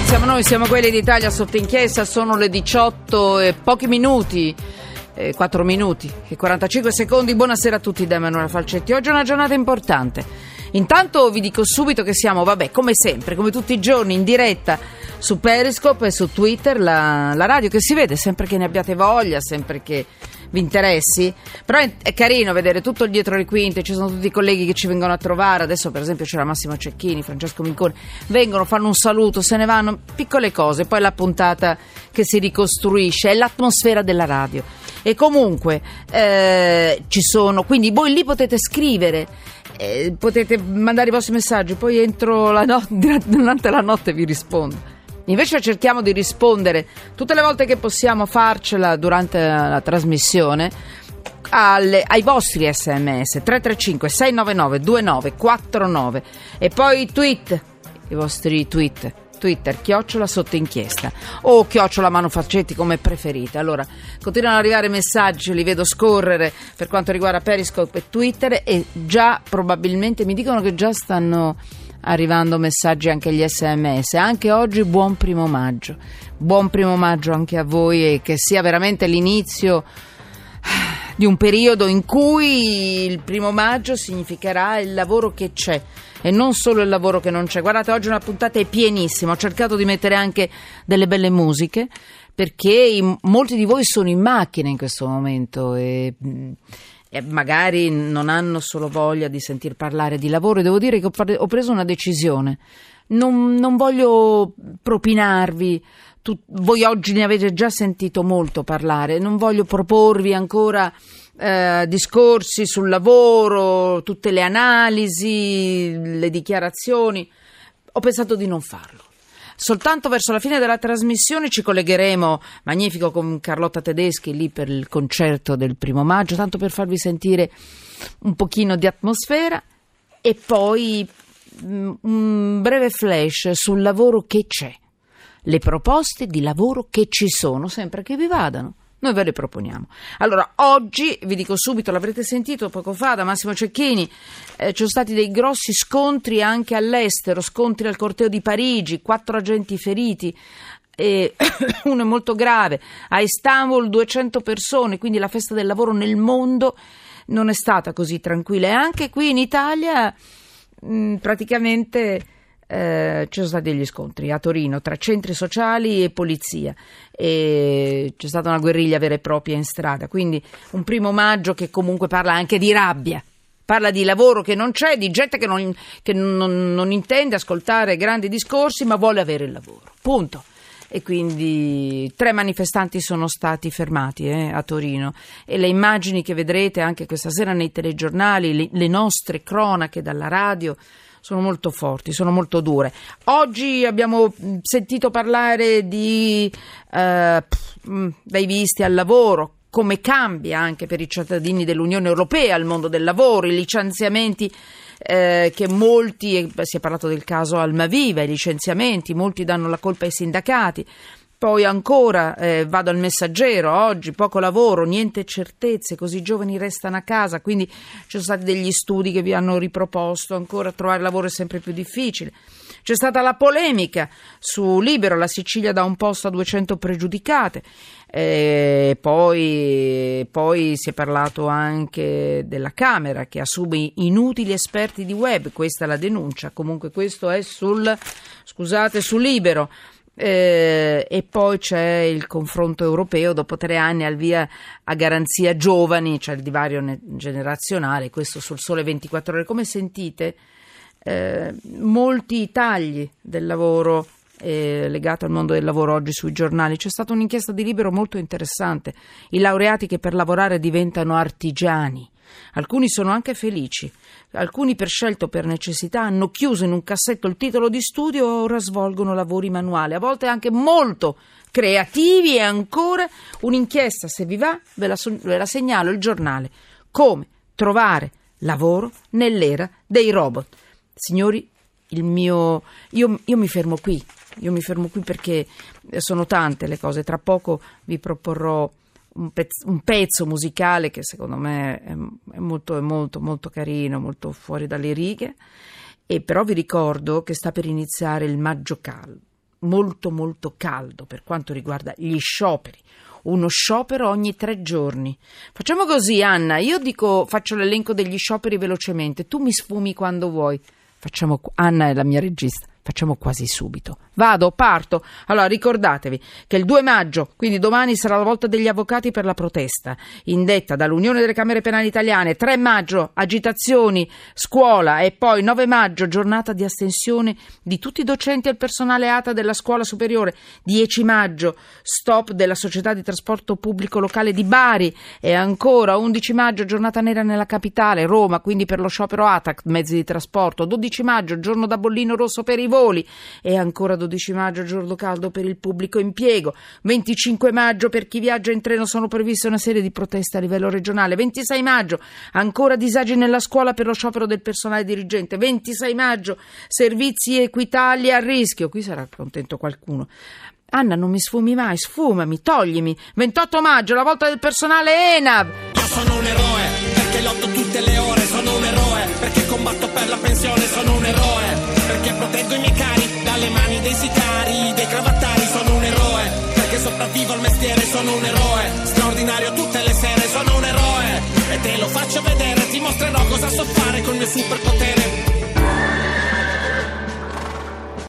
Siamo noi, siamo quelli d'Italia sotto inchiesta, sono le 18 e pochi minuti, 4 minuti e 45 secondi. Buonasera a tutti da Emanuela Falcetti. Oggi è una giornata importante. Intanto vi dico subito che siamo, come sempre, come tutti i giorni, in diretta su Periscope e su Twitter, la radio che si vede sempre che ne abbiate voglia, sempre che vi interessi. Però è carino vedere tutto il dietro le quinte, ci sono tutti i colleghi che ci vengono a trovare. Adesso per esempio c'era Massimo Cecchini, Francesco Mincone, vengono, fanno un saluto, se ne vanno, piccole cose, poi la puntata che si ricostruisce, è l'atmosfera della radio. E comunque ci sono, quindi voi lì potete scrivere, potete mandare i vostri messaggi, poi entro durante la notte vi rispondo. Invece cerchiamo di rispondere tutte le volte che possiamo farcela durante la trasmissione ai vostri sms 335 699 2949 e poi i vostri Twitter @ sotto inchiesta o @ Manu Falcetti, come preferite. Allora continuano ad arrivare messaggi, li vedo scorrere per quanto riguarda Periscope e Twitter, e già probabilmente mi dicono che già stanno arrivando messaggi anche agli sms. Anche oggi buon primo maggio anche a voi, e che sia veramente l'inizio di un periodo in cui il primo maggio significherà il lavoro che c'è e non solo il lavoro che non c'è. Guardate, oggi una puntata è pienissima, ho cercato di mettere anche delle belle musiche perché molti di voi sono in macchina in questo momento e magari non hanno solo voglia di sentir parlare di lavoro. E devo dire che ho preso una decisione. Non voglio propinarvi. Voi oggi ne avete già sentito molto parlare. Non voglio proporvi ancora discorsi sul lavoro, tutte le analisi, le dichiarazioni. Ho pensato di non farlo. Soltanto verso la fine della trasmissione ci collegheremo, magnifico, con Carlotta Tedeschi lì per il concerto del 1 maggio, tanto per farvi sentire un pochino di atmosfera, e poi un breve flash sul lavoro che c'è, le proposte di lavoro che ci sono, sempre che vi vadano. Noi ve le proponiamo. Allora, oggi, vi dico subito, l'avrete sentito poco fa da Massimo Cecchini, ci sono stati dei grossi scontri anche all'estero, scontri al corteo di Parigi, 4 agenti feriti, uno è molto grave. A Istanbul 200 persone, quindi la festa del lavoro nel mondo non è stata così tranquilla. E anche qui in Italia praticamente ci sono stati degli scontri a Torino tra centri sociali e polizia, e c'è stata una guerriglia vera e propria in strada. Quindi un 1 maggio che comunque parla anche di rabbia, parla di lavoro che non c'è, di gente che non intende ascoltare grandi discorsi ma vuole avere il lavoro, punto. E quindi 3 manifestanti sono stati fermati a Torino, e le immagini che vedrete anche questa sera nei telegiornali, le nostre cronache dalla radio, sono molto forti, sono molto dure. Oggi abbiamo sentito parlare di dai visti al lavoro, come cambia anche per i cittadini dell'Unione Europea il mondo del lavoro, i licenziamenti che molti, si è parlato del caso Almaviva, i licenziamenti, molti danno la colpa ai sindacati. Poi ancora vado al Messaggero, oggi poco lavoro, niente certezze, così i giovani restano a casa, quindi ci sono stati degli studi che vi hanno riproposto, ancora trovare lavoro è sempre più difficile. C'è stata la polemica su Libero, la Sicilia dà un posto a 200 pregiudicate, poi si è parlato anche della Camera che assume inutili esperti di web, questa è la denuncia, comunque questo è su Libero. E poi c'è il confronto europeo, dopo 3 anni al via a garanzia giovani, c'è il divario generazionale, questo sul Sole 24 Ore. Come sentite, molti tagli del lavoro legato al mondo del lavoro oggi sui giornali. C'è stata un'inchiesta di Libero molto interessante, i laureati che per lavorare diventano artigiani. Alcuni sono anche felici, alcuni per scelta o per necessità hanno chiuso in un cassetto il titolo di studio e ora svolgono lavori manuali, a volte anche molto creativi. E ancora un'inchiesta, se vi va ve la segnalo, il giornale, come trovare lavoro nell'era dei robot. Signori, io mi fermo qui perché sono tante le cose. Tra poco vi proporrò un pezzo musicale che secondo me è molto molto carino, molto fuori dalle righe, e però vi ricordo che sta per iniziare il Maggio Caldo. molto molto caldo per quanto riguarda gli scioperi. Uno sciopero ogni 3 giorni. Facciamo così, Anna, io faccio l'elenco degli scioperi velocemente, tu mi sfumi quando vuoi. Anna è la mia regista. Facciamo quasi subito. Parto. Allora, ricordatevi che il 2 maggio, quindi domani, sarà la volta degli avvocati per la protesta, indetta dall'Unione delle Camere Penali Italiane. 3 maggio, agitazioni, scuola, e poi 9 maggio, giornata di astensione di tutti i docenti e il personale ATA della scuola superiore. 10 maggio, stop della società di trasporto pubblico locale di Bari. E ancora 11 maggio, giornata nera nella capitale, Roma, quindi per lo sciopero ATAC, mezzi di trasporto. 12 maggio, giorno da bollino rosso per i voli. E ancora 12 maggio, giorno caldo per il pubblico impiego. 25 maggio, per chi viaggia in treno sono previste una serie di proteste a livello regionale. 26 maggio, ancora disagi nella scuola per lo sciopero del personale dirigente. 26 maggio, servizi Equitalia a rischio. Qui sarà contento qualcuno. Anna, non mi sfumi mai, sfumami, toglimi. 28 maggio, la volta del personale ENAV. Io sono un eroe, perché lotto tutte le ore, sono un eroe, perché combatto per la pensione, sono un eroe, perché proteggo i miei cari dalle mani dei sicari, dei cravattari, sono un eroe, perché sopravvivo al mestiere, sono un eroe, straordinario tutte le sere, sono un eroe, e te lo faccio vedere, ti mostrerò cosa so fare col mio superpotere.